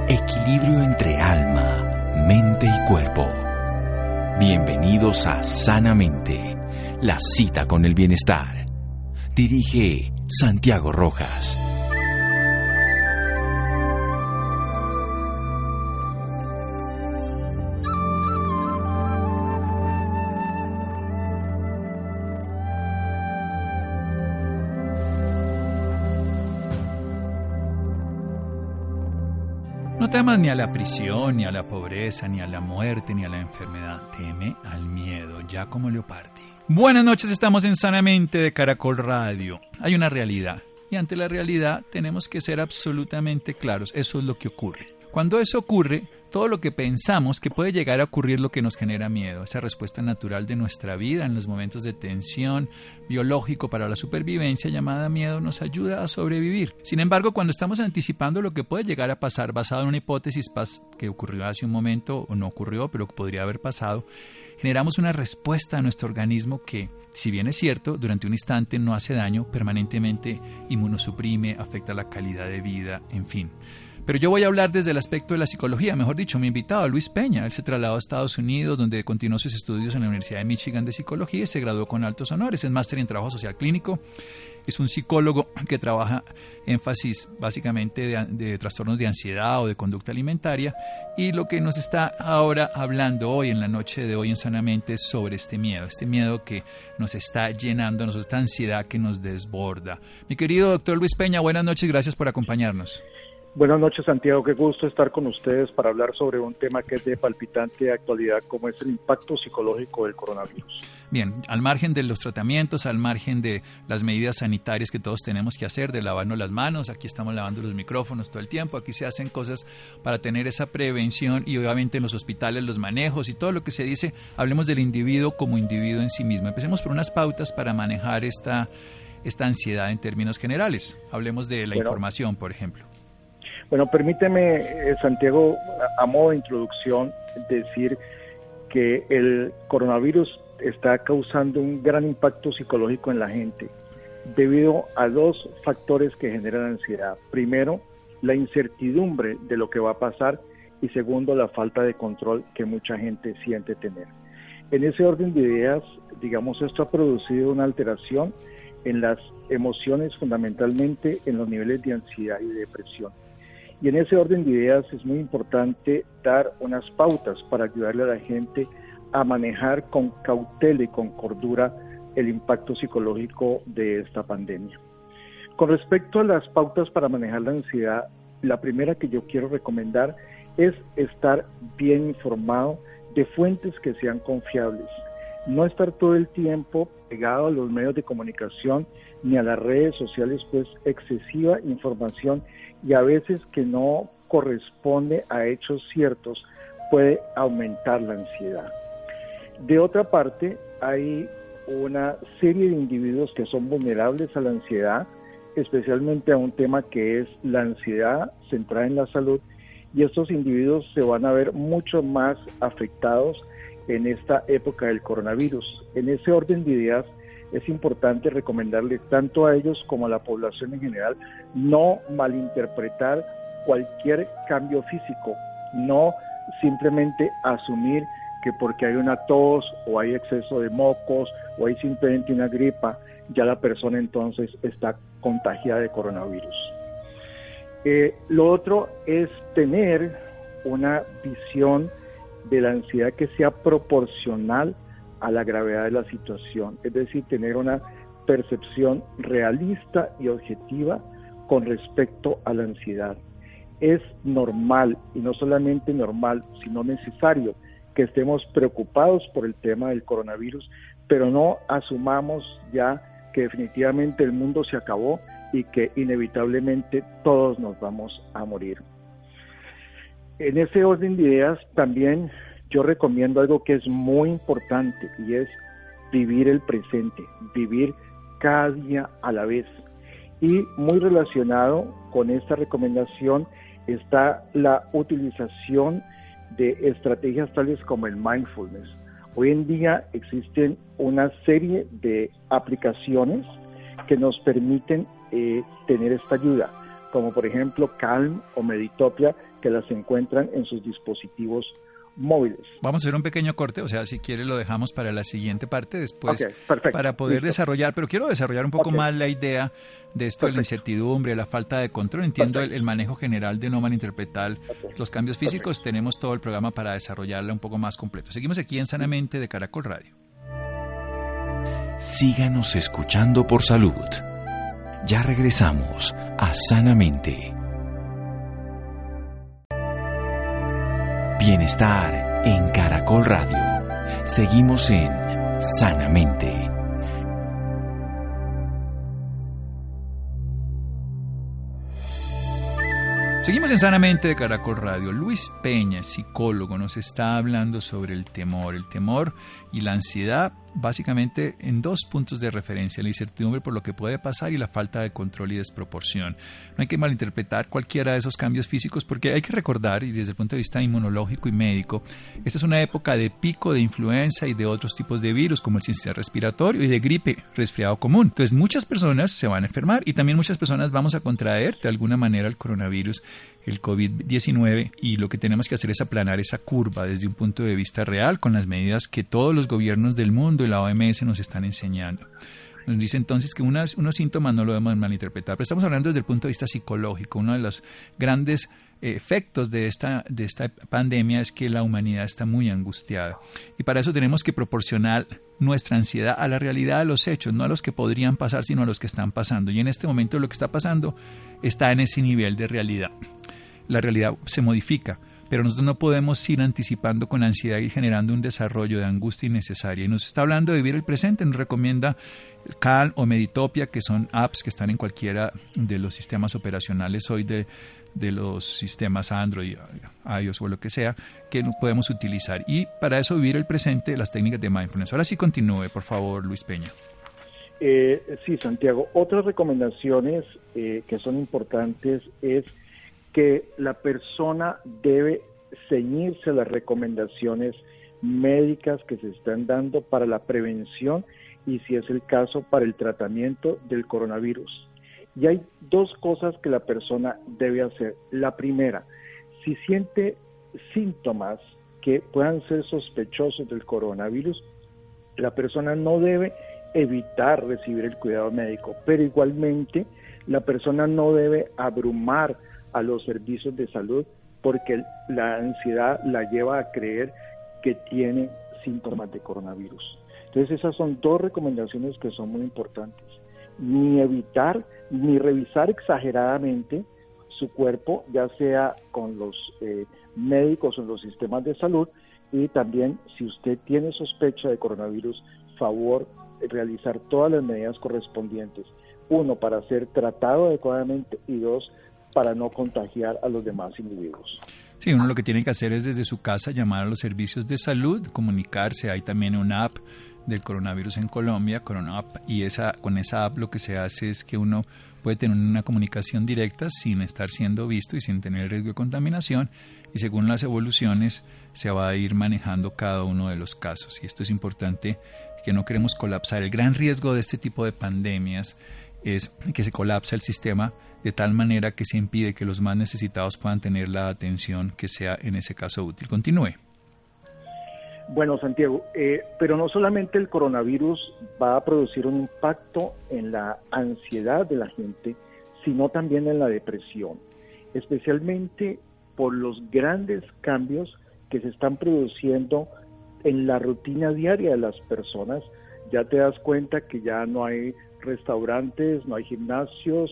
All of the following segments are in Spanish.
Equilibrio entre alma, mente y cuerpo. Bienvenidos a Sanamente, la cita con el bienestar. Dirige Santiago Rojas. No temas ni a la prisión, ni a la pobreza, ni a la muerte, ni a la enfermedad. Teme al miedo, ya como Leopardi. Buenas noches, estamos en Sanamente de Caracol Radio. Hay una realidad, y ante la realidad tenemos que ser absolutamente claros. Eso es lo que ocurre. Cuando eso ocurre, todo lo que pensamos que puede llegar a ocurrir es lo que nos genera miedo. Esa respuesta natural de nuestra vida en los momentos de tensión biológico para la supervivencia llamada miedo nos ayuda a sobrevivir. Sin embargo, cuando estamos anticipando lo que puede llegar a pasar basado en una hipótesis que ocurrió hace un momento o no ocurrió, pero que podría haber pasado, generamos una respuesta a nuestro organismo que, si bien es cierto, durante un instante no hace daño, permanentemente inmunosuprime, afecta la calidad de vida, en fin. Pero yo voy a hablar desde el aspecto de la psicología, mejor dicho, mi invitado, Luis Peña. Él se trasladó a Estados Unidos, donde continuó sus estudios en la Universidad de Michigan de Psicología y se graduó con altos honores. Es máster en Trabajo Social Clínico. Es un psicólogo que trabaja énfasis básicamente de trastornos de ansiedad o de conducta alimentaria. Y lo que nos está ahora hablando hoy, en la noche de hoy en Sanamente, es sobre este miedo que nos está llenando, esta ansiedad que nos desborda. Mi querido doctor Luis Peña, buenas noches, gracias por acompañarnos. Buenas noches, Santiago. Qué gusto estar con ustedes para hablar sobre un tema que es de palpitante actualidad, como es el impacto psicológico del coronavirus. Bien, al margen de los tratamientos, al margen de las medidas sanitarias que todos tenemos que hacer, de lavarnos las manos, aquí estamos lavando los micrófonos todo el tiempo, aquí se hacen cosas para tener esa prevención y obviamente en los hospitales los manejos y todo lo que se dice, hablemos del individuo como individuo en sí mismo. Empecemos por unas pautas para manejar esta ansiedad en términos generales. Hablemos de la información, por ejemplo. Bueno, permíteme, Santiago, a modo de introducción, decir que el coronavirus está causando un gran impacto psicológico en la gente debido a dos factores que generan ansiedad. Primero, la incertidumbre de lo que va a pasar y segundo, la falta de control que mucha gente siente tener. En ese orden de ideas, digamos, esto ha producido una alteración en las emociones, fundamentalmente en los niveles de ansiedad y de depresión. Y en ese orden de ideas es muy importante dar unas pautas para ayudarle a la gente a manejar con cautela y con cordura el impacto psicológico de esta pandemia. Con respecto a las pautas para manejar la ansiedad, la primera que yo quiero recomendar es estar bien informado de fuentes que sean confiables. No estar todo el tiempo pegado a los medios de comunicación ni a las redes sociales, pues excesiva información y a veces que no corresponde a hechos ciertos puede aumentar la ansiedad. De otra parte, hay una serie de individuos que son vulnerables a la ansiedad, especialmente a un tema que es la ansiedad centrada en la salud, y estos individuos se van a ver mucho más afectados en esta época del coronavirus. En ese orden de ideas, es importante recomendarles tanto a ellos como a la población en general no malinterpretar cualquier cambio físico, no simplemente asumir que porque hay una tos o hay exceso de mocos o hay simplemente una gripa, ya la persona entonces está contagiada de coronavirus. Lo otro es tener una visión de la ansiedad que sea proporcional a la gravedad de la situación, es decir, tener una percepción realista y objetiva con respecto a la ansiedad. Es normal, y no solamente normal, sino necesario que estemos preocupados por el tema del coronavirus, pero no asumamos ya que definitivamente el mundo se acabó y que inevitablemente todos nos vamos a morir. En ese orden de ideas también yo recomiendo algo que es muy importante y es vivir el presente, vivir cada día a la vez. Y muy relacionado con esta recomendación está la utilización de estrategias tales como el mindfulness. Hoy en día existen una serie de aplicaciones que nos permiten tener esta ayuda. como por ejemplo Calm o Meditopia, que las encuentran en sus dispositivos móviles. Vamos a hacer un pequeño corte, o sea, si quiere lo dejamos para la siguiente parte después, para poder desarrollar, pero quiero desarrollar un poco más la idea de esto de la incertidumbre, la falta de control. Entiendo el manejo general de no malinterpretar los cambios físicos. Tenemos todo el programa para desarrollarla un poco más completo. Seguimos aquí en Sanamente de Caracol Radio. Síganos escuchando por salud. Ya regresamos a Sanamente. Bienestar en Caracol Radio. Seguimos en Sanamente. Seguimos en Sanamente de Caracol Radio. Luis Peña, psicólogo, nos está hablando sobre el temor. El temor y la ansiedad, básicamente en dos puntos de referencia: la incertidumbre por lo que puede pasar y la falta de control y desproporción. No hay que malinterpretar cualquiera de esos cambios físicos, porque hay que recordar, y desde el punto de vista inmunológico y médico, esta es una época de pico de influenza y de otros tipos de virus, como el sistema respiratorio y de gripe, resfriado común. Entonces muchas personas se van a enfermar y también muchas personas vamos a contraer de alguna manera el coronavirus, el COVID-19, y lo que tenemos que hacer es aplanar esa curva desde un punto de vista real con las medidas que todos los gobiernos del mundo y la OMS nos están enseñando. Nos dice entonces que unos síntomas no lo debemos malinterpretar, pero estamos hablando desde el punto de vista psicológico. Uno de los grandes efectos de esta pandemia es que la humanidad está muy angustiada, y para eso tenemos que proporcionar nuestra ansiedad a la realidad de los hechos, no a los que podrían pasar, sino a los que están pasando, y en este momento lo que está pasando está en ese nivel de realidad. La realidad se modifica, pero nosotros no podemos ir anticipando con ansiedad y generando un desarrollo de angustia innecesaria. Y nos está hablando de vivir el presente. Nos recomienda Calm o Meditopia, que son apps que están en cualquiera de los sistemas operacionales hoy de los sistemas Android, iOS o lo que sea, que podemos utilizar. Y para eso vivir el presente, las técnicas de mindfulness. Ahora sí continúe, por favor, Luis Peña. Sí, Santiago. Otras recomendaciones que son importantes es que la persona debe ceñirse a las recomendaciones médicas que se están dando para la prevención y, si es el caso, para el tratamiento del coronavirus. Y hay dos cosas que la persona debe hacer. La primera, si siente síntomas que puedan ser sospechosos del coronavirus, la persona no debe evitar recibir el cuidado médico, pero igualmente la persona no debe abrumar a los servicios de salud, porque la ansiedad la lleva a creer que tiene síntomas de coronavirus. Entonces esas son dos recomendaciones que son muy importantes. Ni evitar, ni revisar exageradamente su cuerpo, ya sea con los médicos o en los sistemas de salud, y también, si usted tiene sospecha de coronavirus, favor realizar todas las medidas correspondientes. Uno, para ser tratado adecuadamente, y dos, para no contagiar a los demás individuos. Sí, uno lo que tiene que hacer es desde su casa llamar a los servicios de salud, comunicarse. Hay también una app del coronavirus en Colombia, Corona App, y con esa app lo que se hace es que uno puede tener una comunicación directa sin estar siendo visto y sin tener el riesgo de contaminación, y según las evoluciones se va a ir manejando cada uno de los casos. Y esto es importante, que no queremos colapsar. El gran riesgo de este tipo de pandemias es que se colapsa el sistema de tal manera que se impide que los más necesitados puedan tener la atención que sea en ese caso útil. Continúe. Bueno, Santiago, pero no solamente el coronavirus va a producir un impacto en la ansiedad de la gente, sino también en la depresión, especialmente por los grandes cambios que se están produciendo en la rutina diaria de las personas. Ya te das cuenta que ya no hay restaurantes, no hay gimnasios,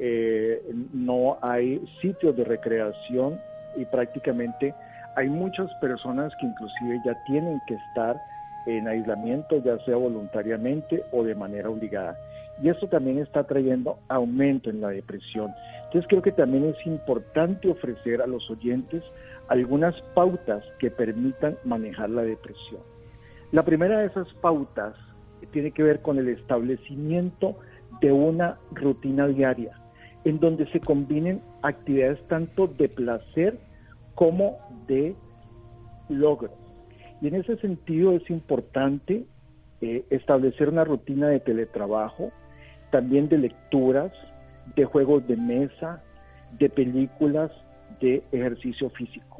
no hay sitios de recreación, y prácticamente hay muchas personas que inclusive ya tienen que estar en aislamiento, ya sea voluntariamente o de manera obligada. Y esto también está trayendo aumento en la depresión. Entonces creo que también es importante ofrecer a los oyentes algunas pautas que permitan manejar la depresión. La primera de esas pautas tiene que ver con el establecimiento de una rutina diaria, en donde se combinen actividades tanto de placer como de logro. Y en ese sentido es importante establecer una rutina de teletrabajo, también de lecturas, de juegos de mesa, de películas de ejercicio físico.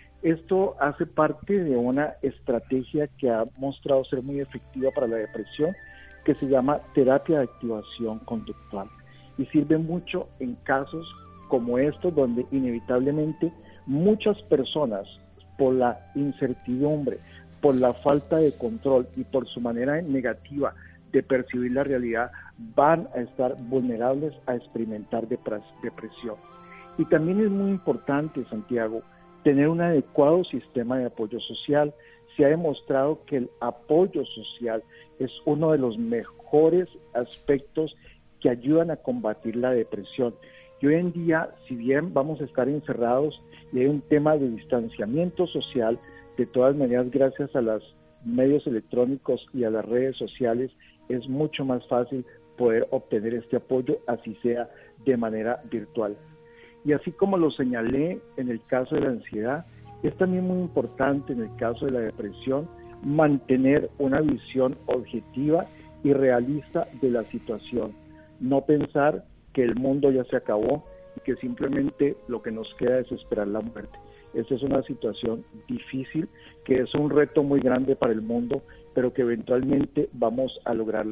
Esto hace parte de una estrategia que ha mostrado ser muy efectiva para la depresión, que se llama terapia de activación conductual, y sirve mucho en casos como estos, donde inevitablemente muchas personas, por la incertidumbre, por la falta de control y por su manera negativa de percibir la realidad, van a estar vulnerables a experimentar depresión. Y también es muy importante, Santiago, tener un adecuado sistema de apoyo social. Se ha demostrado que el apoyo social es uno de los mejores aspectos que ayudan a combatir la depresión. Y hoy en día, si bien vamos a estar encerrados y hay un tema de distanciamiento social, de todas maneras, gracias a los medios electrónicos y a las redes sociales, es mucho más fácil poder obtener este apoyo, así sea de manera virtual. Y así como lo señalé en el caso de la ansiedad, es también muy importante en el caso de la depresión mantener una visión objetiva y realista de la situación. No pensar que el mundo ya se acabó y que simplemente lo que nos queda es esperar la muerte. Esta es una situación difícil, que es un reto muy grande para el mundo, pero que eventualmente vamos a lograr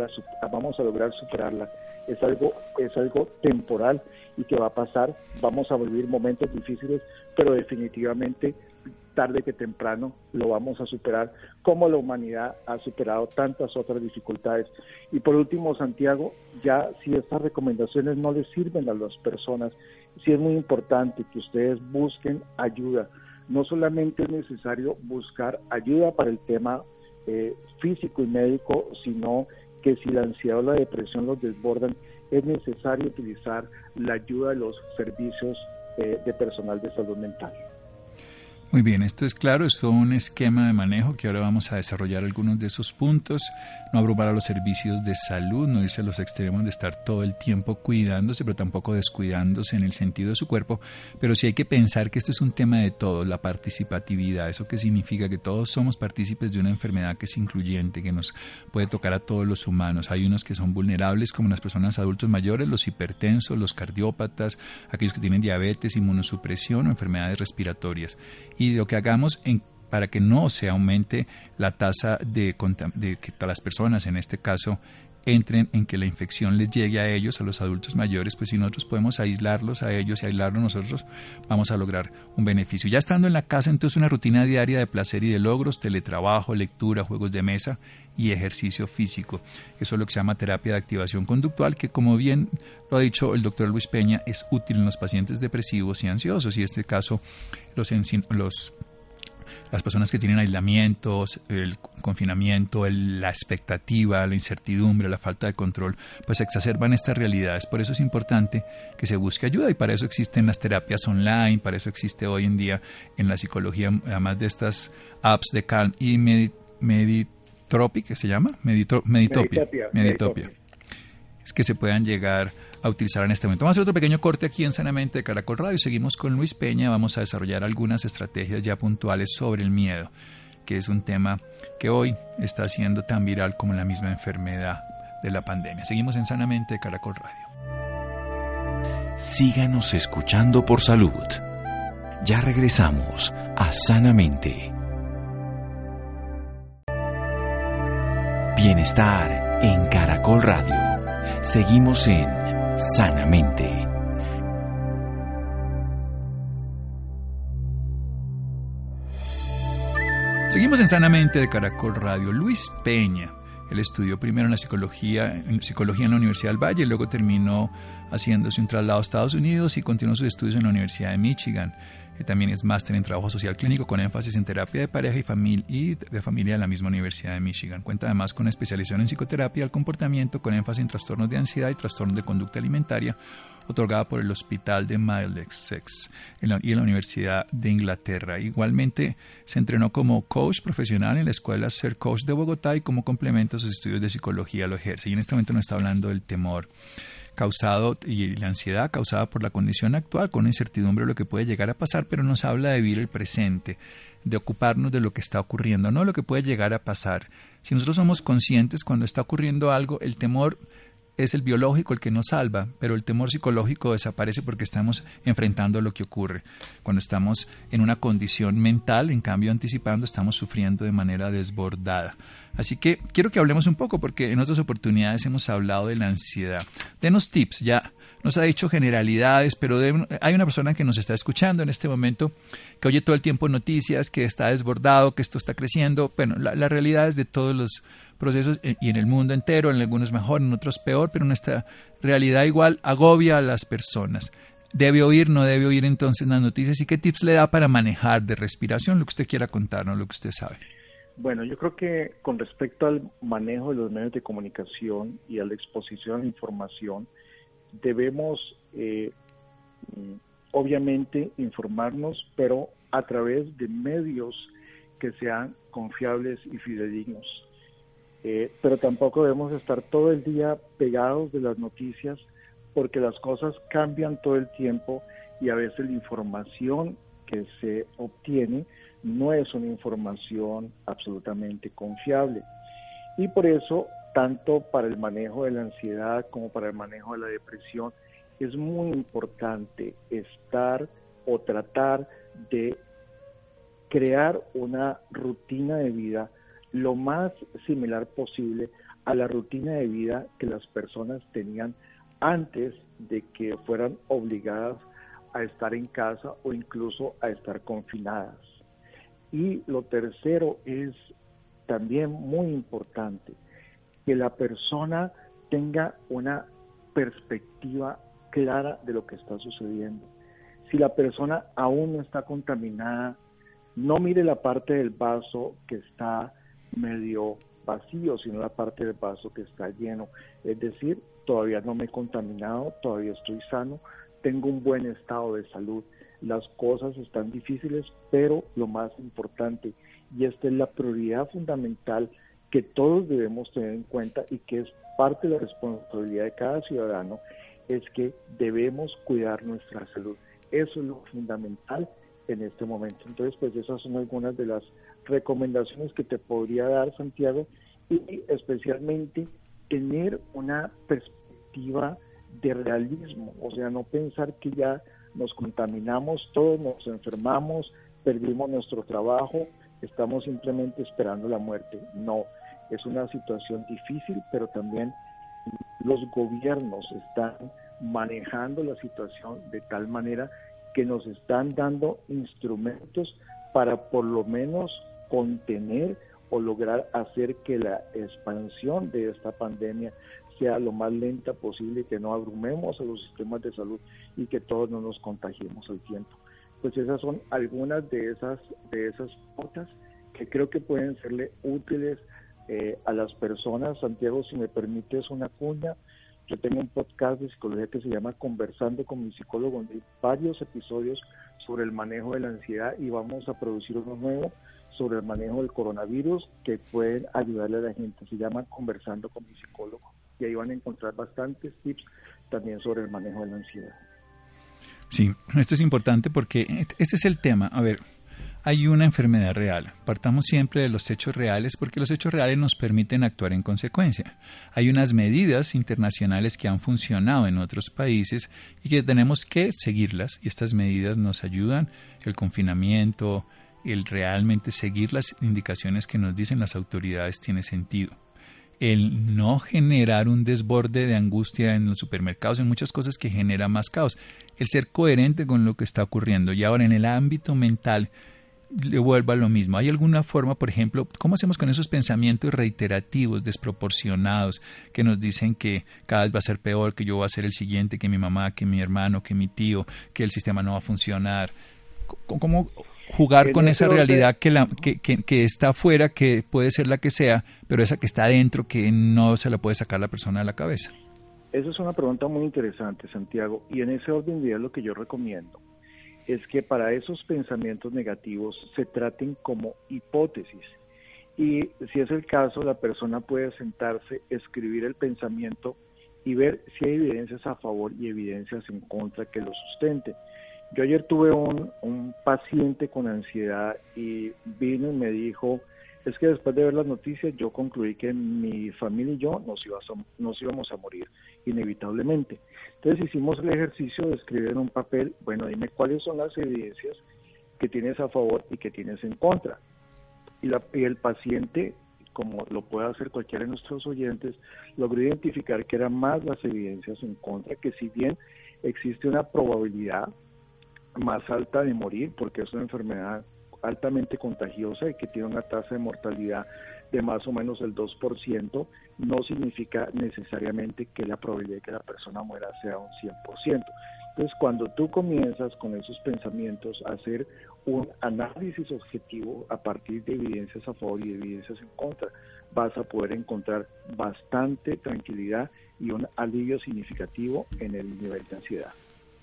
superarla. Es algo temporal y que va a pasar. Vamos a vivir momentos difíciles, pero definitivamente tarde que temprano lo vamos a superar, como la humanidad ha superado tantas otras dificultades. Y por último, Santiago, ya si estas recomendaciones no les sirven a las personas, sí es muy importante que ustedes busquen ayuda. No solamente es necesario buscar ayuda para el tema físico y médico, sino que si la ansiedad o la depresión los desbordan, es necesario utilizar la ayuda de los servicios de personal de salud mental. Muy bien, esto es claro, es todo un esquema de manejo que ahora vamos a desarrollar algunos de esos puntos. No abrumar a los servicios de salud, no irse a los extremos de estar todo el tiempo cuidándose, pero tampoco descuidándose en el sentido de su cuerpo. Pero sí hay que pensar que esto es un tema de todos, la participatividad. ¿Eso qué significa? Que todos somos partícipes de una enfermedad que es incluyente, que nos puede tocar a todos los humanos. Hay unos que son vulnerables, como las personas adultos mayores, los hipertensos, los cardiópatas, aquellos que tienen diabetes, inmunosupresión o enfermedades respiratorias. Y lo que hagamos para que no se aumente la tasa de que todas las personas, en este caso, entren en que la infección les llegue a ellos, a los adultos mayores, pues si nosotros podemos aislarlos a ellos y aislarlos nosotros, vamos a lograr un beneficio. Ya estando en la casa, entonces una rutina diaria de placer y de logros, teletrabajo, lectura, juegos de mesa y ejercicio físico. Eso es lo que se llama terapia de activación conductual, que como bien lo ha dicho el doctor Luis Peña, es útil en los pacientes depresivos y ansiosos, y en este caso las personas que tienen aislamientos, el confinamiento, la expectativa, la incertidumbre, la falta de control, pues exacerban estas realidades. Por eso es importante que se busque ayuda, y para eso existen las terapias online, para eso existe hoy en día en la psicología, además de estas apps de Calm y Meditopia, ¿qué se llama? Meditopia. Es que se puedan llegar a utilizar en este momento. Vamos a hacer otro pequeño corte aquí en Sanamente de Caracol Radio. Seguimos con Luis Peña. Vamos a desarrollar algunas estrategias ya puntuales sobre el miedo, que es un tema que hoy está siendo tan viral como la misma enfermedad de la pandemia. Seguimos en Sanamente de Caracol Radio. Síganos escuchando por salud. Ya regresamos a Sanamente. Bienestar en Caracol Radio. Seguimos en Sanamente. Seguimos en Sanamente de Caracol Radio. Luis Peña, él estudió primero en psicología en la Universidad del Valle, luego terminó haciéndose un traslado a Estados Unidos y continuó sus estudios en la Universidad de Michigan. También es máster en trabajo social clínico con énfasis en terapia de pareja y de familia en la misma Universidad de Michigan. Cuenta además con especialización en psicoterapia del comportamiento con énfasis en trastornos de ansiedad y trastornos de conducta alimentaria, otorgada por el Hospital de Middlesex y en la Universidad de Inglaterra. Igualmente se entrenó como coach profesional en la Escuela Ser Coach de Bogotá, y como complemento a sus estudios de psicología lo ejerce. Y en este momento nos está hablando del temor causado y la ansiedad causada por la condición actual, con incertidumbre de lo que puede llegar a pasar, pero nos habla de vivir el presente, de ocuparnos de lo que está ocurriendo, no lo que puede llegar a pasar. Si nosotros somos conscientes cuando está ocurriendo algo, el temor es el biológico el que nos salva, pero el temor psicológico desaparece porque estamos enfrentando lo que ocurre. Cuando estamos en una condición mental, en cambio anticipando, estamos sufriendo de manera desbordada. Así que quiero que hablemos un poco, porque en otras oportunidades hemos hablado de la ansiedad. Denos tips, ya nos ha dicho generalidades, pero hay una persona que nos está escuchando en este momento, que oye todo el tiempo noticias, que está desbordado, que esto está creciendo. Bueno, la realidad es de todos los procesos y en el mundo entero, en algunos mejor, en otros peor, pero nuestra realidad igual agobia a las personas. ¿Debe oír, no debe oír entonces las noticias? ¿Y qué tips le da para manejar de respiración? Lo que usted quiera contarnos, lo que usted sabe. Bueno, yo creo que con respecto al manejo de los medios de comunicación y a la exposición a la información, debemos obviamente informarnos, pero a través de medios que sean confiables y fidedignos. Pero tampoco debemos estar todo el día pegados de las noticias, porque las cosas cambian todo el tiempo y a veces la información que se obtiene no es una información absolutamente confiable. Y por eso, tanto para el manejo de la ansiedad como para el manejo de la depresión, es muy importante estar o tratar de crear una rutina de vida lo más similar posible a la rutina de vida que las personas tenían antes de que fueran obligadas a estar en casa o incluso a estar confinadas. Y lo tercero es también muy importante, que la persona tenga una perspectiva clara de lo que está sucediendo. Si la persona aún no está contaminada, no mire la parte del vaso que está medio vacío, sino la parte del vaso que está lleno. Es decir, todavía no me he contaminado, todavía estoy sano, tengo un buen estado de salud. Las cosas están difíciles, pero lo más importante, y esta es la prioridad fundamental que todos debemos tener en cuenta y que es parte de la responsabilidad de cada ciudadano, es que debemos cuidar nuestra salud. Eso es lo fundamental en este momento. Entonces, pues esas son algunas de las recomendaciones que te podría dar, Santiago, y especialmente tener una perspectiva de realismo, o sea, no pensar que ya nos contaminamos todos, nos enfermamos, perdimos nuestro trabajo, estamos simplemente esperando la muerte. No, es una situación difícil, pero también los gobiernos están manejando la situación de tal manera que nos están dando instrumentos para por lo menos contener o lograr hacer que la expansión de esta pandemia sea lo más lenta posible, que no abrumemos a los sistemas de salud y que todos no nos contagiemos al tiempo. Pues esas son algunas de esas pautas que creo que pueden serle útiles a las personas. Santiago, si me permites una cuña, yo tengo un podcast de psicología que se llama Conversando con mi psicólogo, donde hay varios episodios sobre el manejo de la ansiedad y vamos a producir uno nuevo sobre el manejo del coronavirus que pueden ayudarle a la gente. Se llama Conversando con mi psicólogo y ahí van a encontrar bastantes tips también sobre el manejo de la ansiedad. Sí, esto es importante porque este es el tema. A ver, hay una enfermedad real. Partamos siempre de los hechos reales porque los hechos reales nos permiten actuar en consecuencia. Hay unas medidas internacionales que han funcionado en otros países y que tenemos que seguirlas, y estas medidas nos ayudan. El confinamiento, el realmente seguir las indicaciones que nos dicen las autoridades tiene sentido. El no generar un desborde de angustia en los supermercados, en muchas cosas que genera más caos. El ser coherente con lo que está ocurriendo. Y ahora en el ámbito mental le vuelvo a lo mismo. ¿Hay alguna forma, por ejemplo, cómo hacemos con esos pensamientos reiterativos, desproporcionados, que nos dicen que cada vez va a ser peor, que yo voy a ser el siguiente, que mi mamá, que mi hermano, que mi tío, que el sistema no va a funcionar? ¿Cómo jugar con esa realidad que está afuera, que puede ser la que sea, pero esa que está adentro, que no se la puede sacar la persona de la cabeza? Esa es una pregunta muy interesante, Santiago, y en ese orden de ideas lo que yo recomiendo es que para esos pensamientos negativos se traten como hipótesis, y si es el caso, la persona puede sentarse, escribir el pensamiento y ver si hay evidencias a favor y evidencias en contra que lo sustenten. Yo ayer tuve un paciente con ansiedad y vino y me dijo, es que después de ver las noticias yo concluí que mi familia y yo nos íbamos a morir inevitablemente. Entonces hicimos el ejercicio de escribir en un papel, bueno, dime cuáles son las evidencias que tienes a favor y que tienes en contra. Y el paciente, como lo puede hacer cualquiera de nuestros oyentes, logró identificar que eran más las evidencias en contra, que si bien existe una probabilidad más alta de morir, porque es una enfermedad altamente contagiosa y que tiene una tasa de mortalidad de más o menos el 2%, no significa necesariamente que la probabilidad de que la persona muera sea un 100%. Entonces, cuando tú comienzas con esos pensamientos a hacer un análisis objetivo a partir de evidencias a favor y de evidencias en contra, vas a poder encontrar bastante tranquilidad y un alivio significativo en el nivel de ansiedad.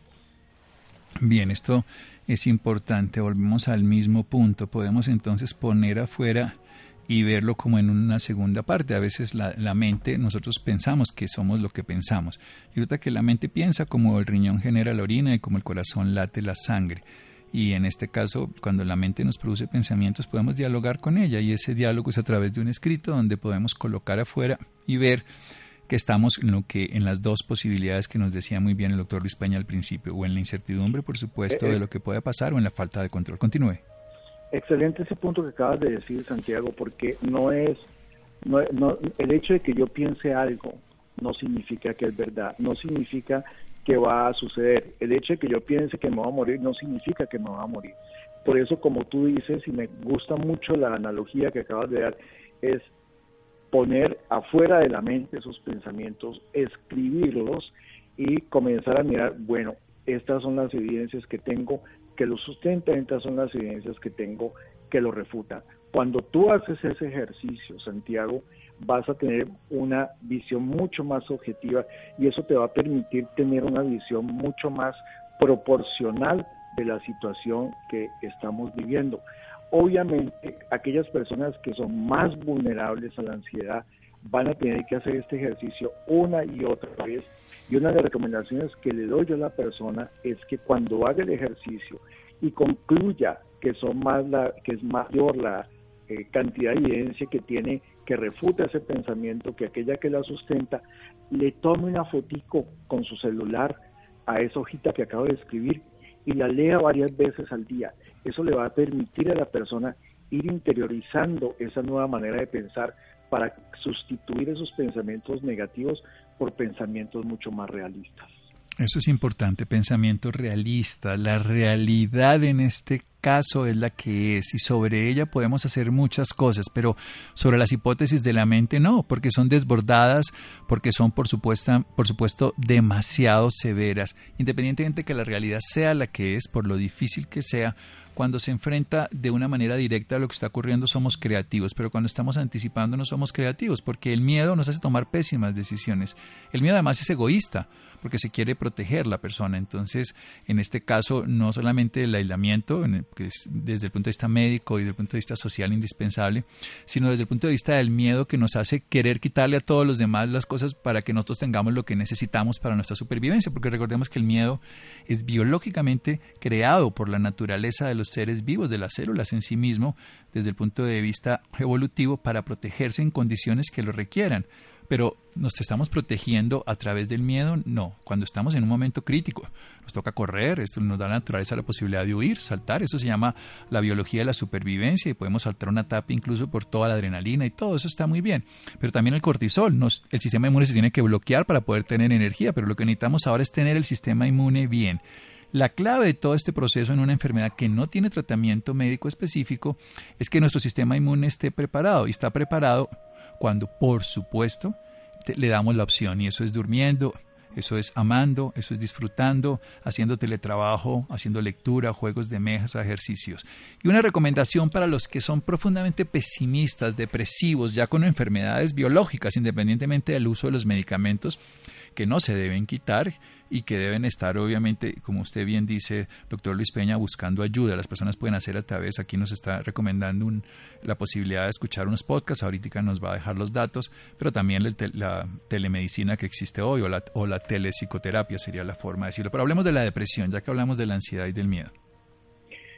Bien, esto es importante. Volvemos al mismo punto. Podemos entonces poner afuera y verlo como en una segunda parte. A veces la mente, nosotros pensamos que somos lo que pensamos. Y resulta que la mente piensa como el riñón genera la orina y como el corazón late la sangre. Y en este caso, cuando la mente nos produce pensamientos, podemos dialogar con ella. Y ese diálogo es a través de un escrito donde podemos colocar afuera y ver que estamos en las dos posibilidades que nos decía muy bien el doctor Luis Peña al principio, o en la incertidumbre, por supuesto, de lo que pueda pasar, o en la falta de control. Continúe. Excelente ese punto que acabas de decir, Santiago, porque no el hecho de que yo piense algo no significa que es verdad, no significa que va a suceder. El hecho de que yo piense que me voy a morir no significa que me voy a morir. Por eso, como tú dices, y me gusta mucho la analogía que acabas de dar, es poner afuera de la mente esos pensamientos, escribirlos y comenzar a mirar, bueno, estas son las evidencias que tengo que lo sustentan, estas son las evidencias que tengo que lo refutan. Cuando tú haces ese ejercicio, Santiago, vas a tener una visión mucho más objetiva y eso te va a permitir tener una visión mucho más proporcional de la situación que estamos viviendo. Obviamente, aquellas personas que son más vulnerables a la ansiedad van a tener que hacer este ejercicio una y otra vez. Y una de las recomendaciones que le doy yo a la persona es que cuando haga el ejercicio y concluya que es mayor la cantidad de evidencia que tiene que refuta ese pensamiento, que aquella que la sustenta, le tome una fotico con su celular a esa hojita que acabo de escribir y la lea varias veces al día. Eso le va a permitir a la persona ir interiorizando esa nueva manera de pensar para sustituir esos pensamientos negativos por pensamientos mucho más realistas. Eso es importante, pensamiento realista. La realidad en este caso es la que es y sobre ella podemos hacer muchas cosas, pero sobre las hipótesis de la mente no, porque son desbordadas, porque son por supuesto demasiado severas. Independientemente de que la realidad sea la que es, por lo difícil que sea, cuando se enfrenta de una manera directa a lo que está ocurriendo somos creativos, pero cuando estamos anticipando no somos creativos, porque el miedo nos hace tomar pésimas decisiones. El miedo además es egoísta, porque se quiere proteger la persona. Entonces, en este caso, no solamente el aislamiento, que es desde el punto de vista médico y desde el punto de vista social indispensable, sino desde el punto de vista del miedo que nos hace querer quitarle a todos los demás las cosas para que nosotros tengamos lo que necesitamos para nuestra supervivencia, porque recordemos que el miedo es biológicamente creado por la naturaleza de los seres vivos, de las células en sí mismo, desde el punto de vista evolutivo, para protegerse en condiciones que lo requieran. Pero ¿nos estamos protegiendo a través del miedo? No. Cuando estamos en un momento crítico, nos toca correr, esto nos da a la naturaleza la posibilidad de huir, saltar, eso se llama la biología de la supervivencia y podemos saltar una tapa incluso por toda la adrenalina y todo eso está muy bien. Pero también el cortisol, el sistema inmune se tiene que bloquear para poder tener energía, pero lo que necesitamos ahora es tener el sistema inmune bien. La clave de todo este proceso en una enfermedad que no tiene tratamiento médico específico es que nuestro sistema inmune esté preparado y está preparado cuando, por supuesto, le damos la opción, y eso es durmiendo, eso es amando, eso es disfrutando, haciendo teletrabajo, haciendo lectura, juegos de mesa, ejercicios. Y una recomendación para los que son profundamente pesimistas, depresivos, ya con enfermedades biológicas, independientemente del uso de los medicamentos, que no se deben quitar y que deben estar, obviamente, como usted bien dice, doctor Luis Peña, buscando ayuda. Las personas pueden hacer a través, aquí nos está recomendando la posibilidad de escuchar unos podcasts, ahorita nos va a dejar los datos, pero también la telemedicina que existe hoy o la telepsicoterapia sería la forma de decirlo. Pero hablemos de la depresión, ya que hablamos de la ansiedad y del miedo.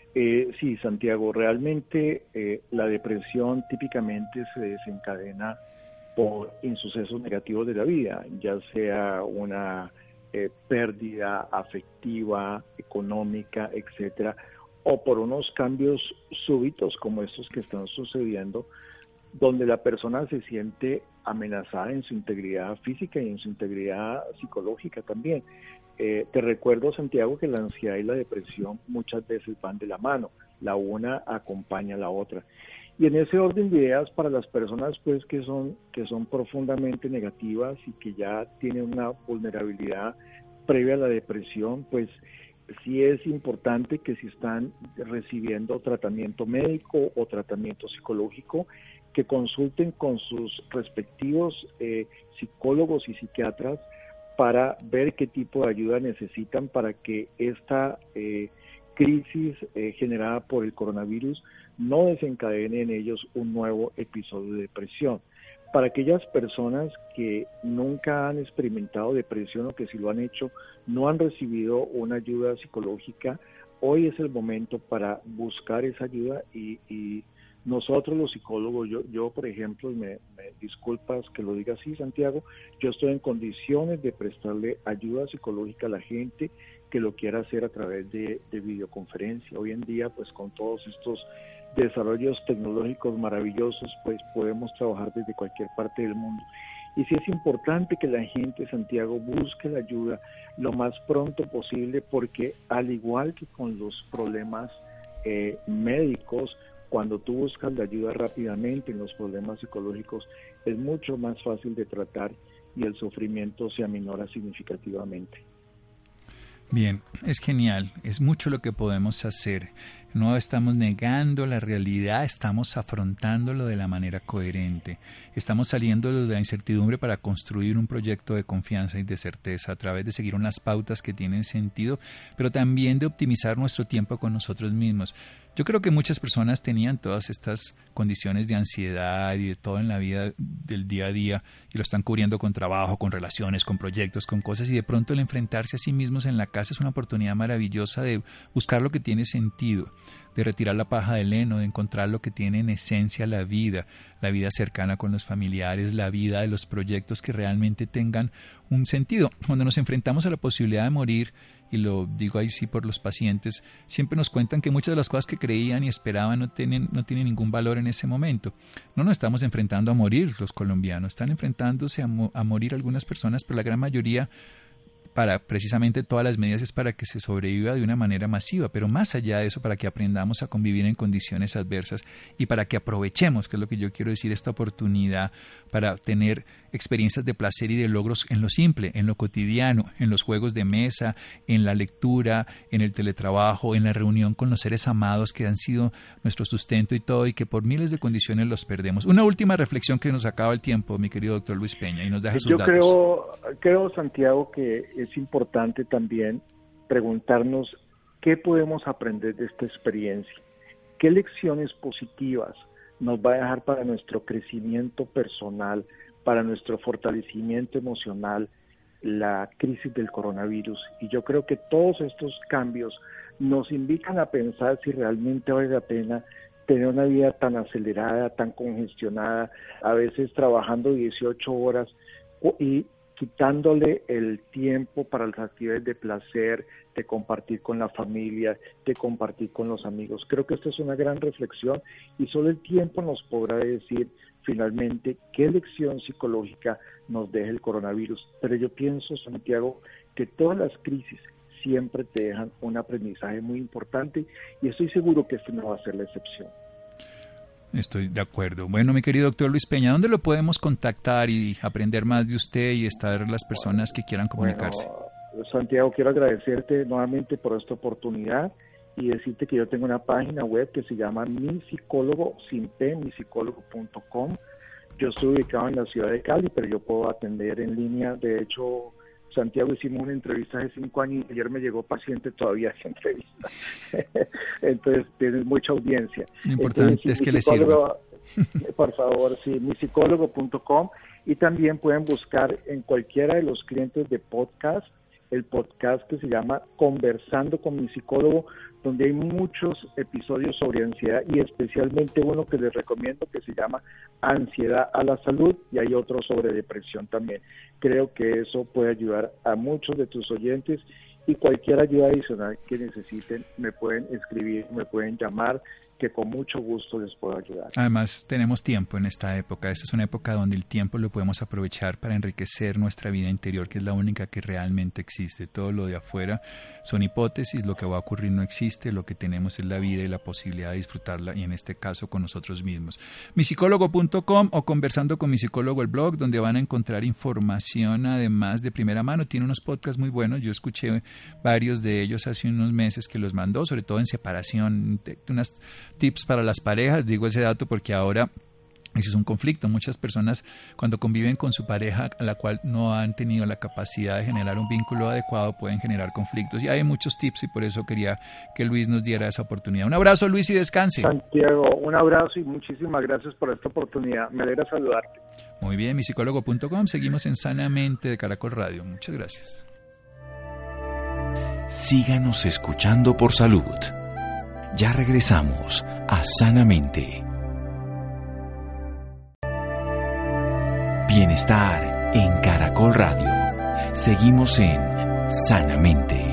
Sí, Santiago, realmente la depresión típicamente se desencadena por insucesos negativos de la vida, ya sea una pérdida afectiva, económica, etcétera, o por unos cambios súbitos como estos que están sucediendo, donde la persona se siente amenazada en su integridad física y en su integridad psicológica también. Te recuerdo, Santiago, que la ansiedad y la depresión muchas veces van de la mano, la una acompaña a la otra. Y en ese orden de ideas, para las personas pues que son profundamente negativas y que ya tienen una vulnerabilidad previa a la depresión, pues sí es importante que si están recibiendo tratamiento médico o tratamiento psicológico, que consulten con sus respectivos psicólogos y psiquiatras para ver qué tipo de ayuda necesitan para que esta crisis generada por el coronavirus no desencadene en ellos un nuevo episodio de depresión. Para aquellas personas que nunca han experimentado depresión o que si lo han hecho no han recibido una ayuda psicológica, hoy es el momento para buscar esa ayuda y nosotros los psicólogos, yo por ejemplo, y me disculpas que lo diga así, Santiago, yo estoy en condiciones de prestarle ayuda psicológica a la gente que lo quiera hacer a través de videoconferencia. Hoy en día, pues con todos estos desarrollos tecnológicos maravillosos, pues podemos trabajar desde cualquier parte del mundo. Y sí es importante que la gente, Santiago, busque la ayuda lo más pronto posible, porque al igual que con los problemas médicos, cuando tú buscas la ayuda rápidamente en los problemas psicológicos, es mucho más fácil de tratar y el sufrimiento se aminora significativamente. Bien, es genial, es mucho lo que podemos hacer. No estamos negando la realidad, estamos afrontándolo de la manera coherente. Estamos saliendo de la incertidumbre para construir un proyecto de confianza y de certeza a través de seguir unas pautas que tienen sentido, pero también de optimizar nuestro tiempo con nosotros mismos. Yo creo que muchas personas tenían todas estas condiciones de ansiedad y de todo en la vida del día a día y lo están cubriendo con trabajo, con relaciones, con proyectos, con cosas, y de pronto el enfrentarse a sí mismos en la casa es una oportunidad maravillosa de buscar lo que tiene sentido, de retirar la paja del heno, de encontrar lo que tiene en esencia la vida cercana con los familiares, la vida de los proyectos que realmente tengan un sentido. Cuando nos enfrentamos a la posibilidad de morir, y lo digo ahí sí por los pacientes, siempre nos cuentan que muchas de las cosas que creían y esperaban no tienen ningún valor en ese momento. No nos estamos enfrentando a morir los colombianos, están enfrentándose a morir algunas personas, pero la gran mayoría, para precisamente todas las medidas, es para que se sobreviva de una manera masiva, pero más allá de eso, para que aprendamos a convivir en condiciones adversas y para que aprovechemos, que es lo que yo quiero decir, esta oportunidad para tener experiencias de placer y de logros en lo simple, en lo cotidiano, en los juegos de mesa, en la lectura, en el teletrabajo, en la reunión con los seres amados que han sido nuestro sustento y todo, y que por miles de condiciones los perdemos. Una última reflexión que nos acaba el tiempo, mi querido doctor Luis Peña, y nos deja sus datos. Yo creo, Santiago, que es importante también preguntarnos qué podemos aprender de esta experiencia, qué lecciones positivas nos va a dejar para nuestro crecimiento personal, para nuestro fortalecimiento emocional, la crisis del coronavirus. Y yo creo que todos estos cambios nos invitan a pensar si realmente vale la pena tener una vida tan acelerada, tan congestionada, a veces trabajando 18 horas y quitándole el tiempo para las actividades de placer, de compartir con la familia, de compartir con los amigos. Creo que esta es una gran reflexión y solo el tiempo nos podrá decir finalmente qué lección psicológica nos deja el coronavirus. Pero yo pienso, Santiago, que todas las crisis siempre te dejan un aprendizaje muy importante y estoy seguro que este no va a ser la excepción. Estoy de acuerdo. Bueno, mi querido doctor Luis Peña, ¿dónde lo podemos contactar y aprender más de usted y estar las personas que quieran comunicarse? Bueno, Santiago, quiero agradecerte nuevamente por esta oportunidad y decirte que yo tengo una página web que se llama misicólogo.com. Yo estoy ubicado en la ciudad de Cali, pero yo puedo atender en línea. De hecho, Santiago, hicimos una entrevista hace 5 años y ayer me llegó paciente todavía a esa entrevista. Entonces, tienes mucha audiencia. Lo importante es que le sirva. Por favor, sí, misicólogo.com, y también pueden buscar en cualquiera de los clientes de podcast el podcast que se llama Conversando con mi psicólogo, donde hay muchos episodios sobre ansiedad y especialmente uno que les recomiendo que se llama Ansiedad a la Salud, y hay otro sobre depresión también. Creo que eso puede ayudar a muchos de tus oyentes, y cualquier ayuda adicional que necesiten me pueden escribir, me pueden llamar, que con mucho gusto les puedo ayudar. Además, tenemos tiempo en esta época. Esta es una época donde el tiempo lo podemos aprovechar para enriquecer nuestra vida interior, que es la única que realmente existe. Todo lo de afuera son hipótesis, lo que va a ocurrir no existe, lo que tenemos es la vida y la posibilidad de disfrutarla, y en este caso con nosotros mismos. Misicólogo.com o Conversando con mi psicólogo, el blog, donde van a encontrar información además de primera mano. Tiene unos podcasts muy buenos. Yo escuché varios de ellos hace unos meses que los mandó, sobre todo en separación, unas tips para las parejas. Digo ese dato porque ahora eso es un conflicto. Muchas personas, cuando conviven con su pareja a la cual no han tenido la capacidad de generar un vínculo adecuado, pueden generar conflictos, y hay muchos tips, y por eso quería que Luis nos diera esa oportunidad. Un abrazo, Luis, y descanse. Santiago, un abrazo y muchísimas gracias por esta oportunidad. Me alegra saludarte. Muy bien, misicólogo.com. Seguimos en Sanamente de Caracol Radio. Muchas gracias. Síganos escuchando por salud. Ya regresamos a Sanamente. Bienestar en Caracol Radio. Seguimos en Sanamente.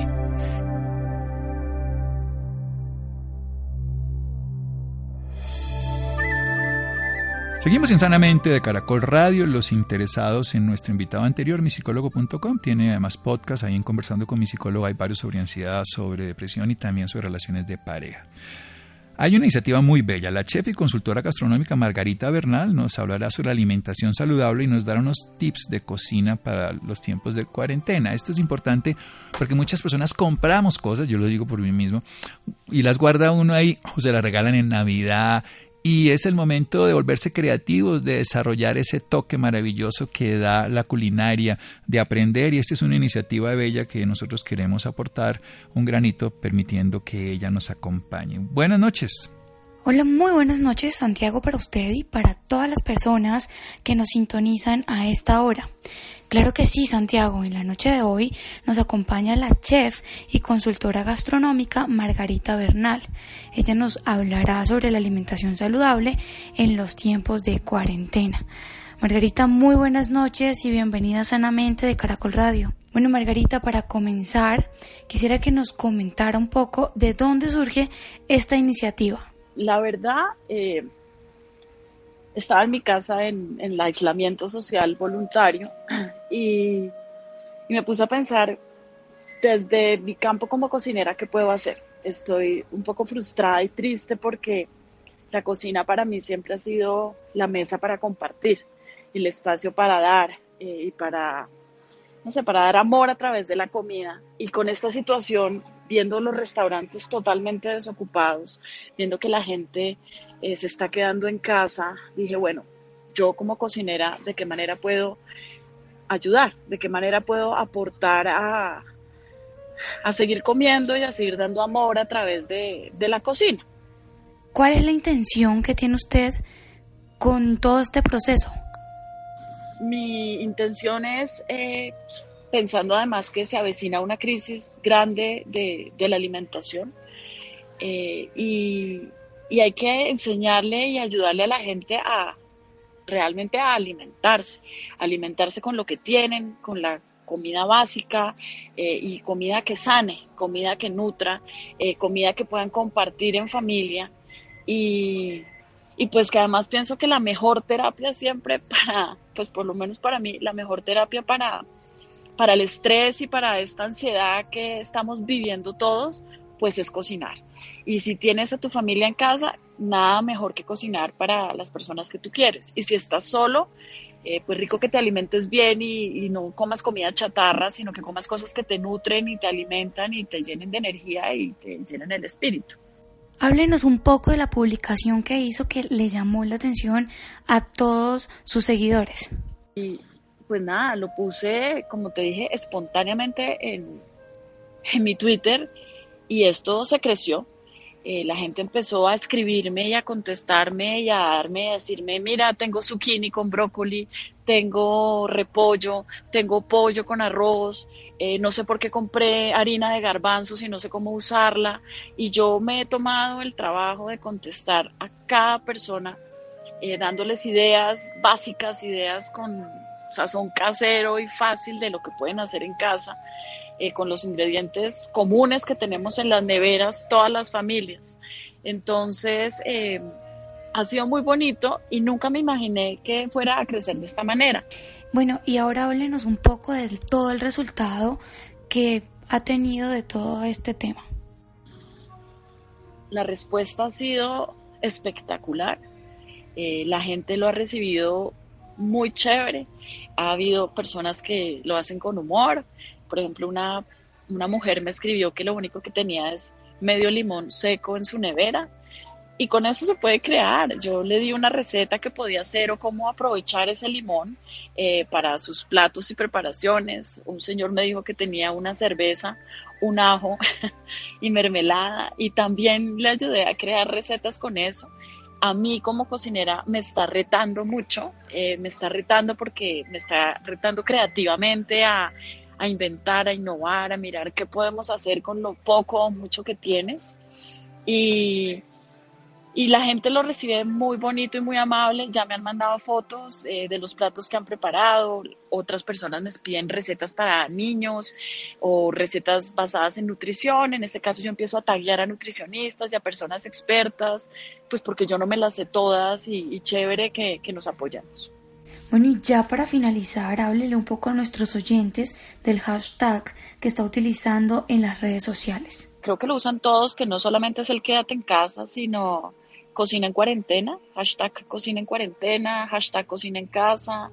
Seguimos en Sanamente de Caracol Radio. Los interesados en nuestro invitado anterior, misicólogo.com, tiene además podcast. Ahí en Conversando con mi psicólogo hay varios sobre ansiedad, sobre depresión y también sobre relaciones de pareja. Hay una iniciativa muy bella. La chef y consultora gastronómica Margarita Bernal nos hablará sobre alimentación saludable y nos dará unos tips de cocina para los tiempos de cuarentena. Esto es importante porque muchas personas compramos cosas, yo lo digo por mí mismo, y las guarda uno ahí o se las regalan en Navidad. Y es el momento de volverse creativos, de desarrollar ese toque maravilloso que da la culinaria, de aprender. Y esta es una iniciativa bella que nosotros queremos aportar un granito, permitiendo que ella nos acompañe. Buenas noches. Hola, muy buenas noches, Santiago, para usted y para todas las personas que nos sintonizan a esta hora. Claro que sí, Santiago. En la noche de hoy nos acompaña la chef y consultora gastronómica Margarita Bernal. Ella nos hablará sobre la alimentación saludable en los tiempos de cuarentena. Margarita, muy buenas noches y bienvenida a Sanamente de Caracol Radio. Bueno, Margarita, para comenzar, quisiera que nos comentara un poco de dónde surge esta iniciativa. La verdad, estaba en mi casa en el aislamiento social voluntario y me puse a pensar desde mi campo como cocinera qué puedo hacer. Estoy un poco frustrada y triste porque la cocina para mí siempre ha sido la mesa para compartir, el espacio para dar y para dar amor a través de la comida. Y con esta situación, viendo los restaurantes totalmente desocupados, viendo que la gente se está quedando en casa, dije, bueno, yo como cocinera, ¿de qué manera puedo ayudar? ¿De qué manera puedo aportar a seguir comiendo y a seguir dando amor a través de la cocina? ¿Cuál es la intención que tiene usted con todo este proceso? Mi intención es, pensando además que se avecina una crisis grande de la alimentación, y hay que enseñarle y ayudarle a la gente a realmente a alimentarse con lo que tienen, con la comida básica, y comida que sane, comida que nutra, comida que puedan compartir en familia, y pues que además pienso que la mejor terapia siempre pues por lo menos para mí, la mejor terapia para el estrés y para esta ansiedad que estamos viviendo todos, pues es cocinar. Y si tienes a tu familia en casa, nada mejor que cocinar para las personas que tú quieres. Y si estás solo, pues rico que te alimentes bien y no comas comida chatarra, sino que comas cosas que te nutren y te alimentan y te llenen de energía y te llenen el espíritu. Háblenos un poco de la publicación que hizo que le llamó la atención a todos sus seguidores. Y pues nada, lo puse, como te dije, espontáneamente en mi Twitter, y esto se creció. la gente empezó a escribirme y a contestarme y a decirme, mira, tengo zucchini con brócoli, tengo repollo, tengo pollo con arroz, no sé por qué compré harina de garbanzos y no sé cómo usarla. Y yo me he tomado el trabajo de contestar a cada persona, dándoles ideas básicas, ideas con sazón casero y fácil de lo que pueden hacer en casa, con los ingredientes comunes que tenemos en las neveras todas las familias. Entonces ha sido muy bonito y nunca me imaginé que fuera a crecer de esta manera. Bueno, y ahora háblenos un poco de todo el resultado que ha tenido de todo este tema. La respuesta ha sido espectacular. La gente lo ha recibido muy chévere. Ha habido personas que lo hacen con humor. Por ejemplo, una mujer me escribió que lo único que tenía es medio limón seco en su nevera y con eso se puede crear. Yo le di una receta que podía hacer o cómo aprovechar ese limón para sus platos y preparaciones. Un señor me dijo que tenía una cerveza, un ajo y mermelada y también le ayudé a crear recetas con eso. A mí como cocinera me está retando mucho, me está retando porque me está retando creativamente a inventar, a innovar, a mirar qué podemos hacer con lo poco o mucho que tienes. Y la gente lo recibe muy bonito y muy amable. Ya me han mandado fotos de los platos que han preparado. Otras personas me piden recetas para niños o recetas basadas en nutrición. En este caso yo empiezo a taguear a nutricionistas y a personas expertas, pues porque yo no me las sé todas y chévere que nos apoyamos. Bueno, y ya para finalizar, háblele un poco a nuestros oyentes del hashtag que está utilizando en las redes sociales. Creo que lo usan todos, que no solamente es el quédate en casa, sino cocina en cuarentena, hashtag cocina en cuarentena, hashtag cocina en casa,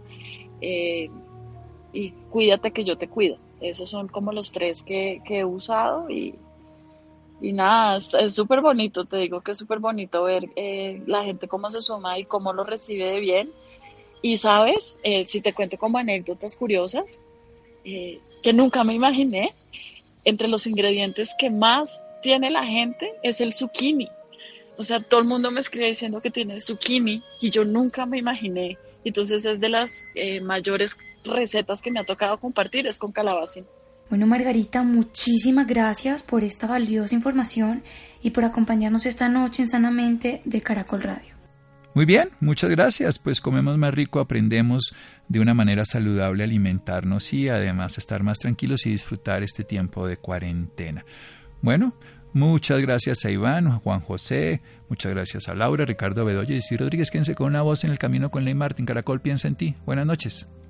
y cuídate que yo te cuido. Esos son como los 3 que he usado y nada, es súper bonito, te digo que es súper bonito ver la gente cómo se suma y cómo lo recibe de bien. Y sabes, si te cuento como anécdotas curiosas, que nunca me imaginé, entre los ingredientes que más tiene la gente es el zucchini. O sea, todo el mundo me escribe diciendo que tiene zucchini y yo nunca me imaginé. Entonces es de las mayores recetas que me ha tocado compartir, es con calabacín. Bueno, Margarita, muchísimas gracias por esta valiosa información y por acompañarnos esta noche en Sanamente de Caracol Radio. Muy bien, muchas gracias. Pues comemos más rico, aprendemos de una manera saludable a alimentarnos y además estar más tranquilos y disfrutar este tiempo de cuarentena. Bueno, muchas gracias a Iván, a Juan José, muchas gracias a Laura, Ricardo Bedoya y Isidro Rodríguez. Quédense con Una Voz en el Camino con Ley Martín. Caracol piensa en ti. Buenas noches.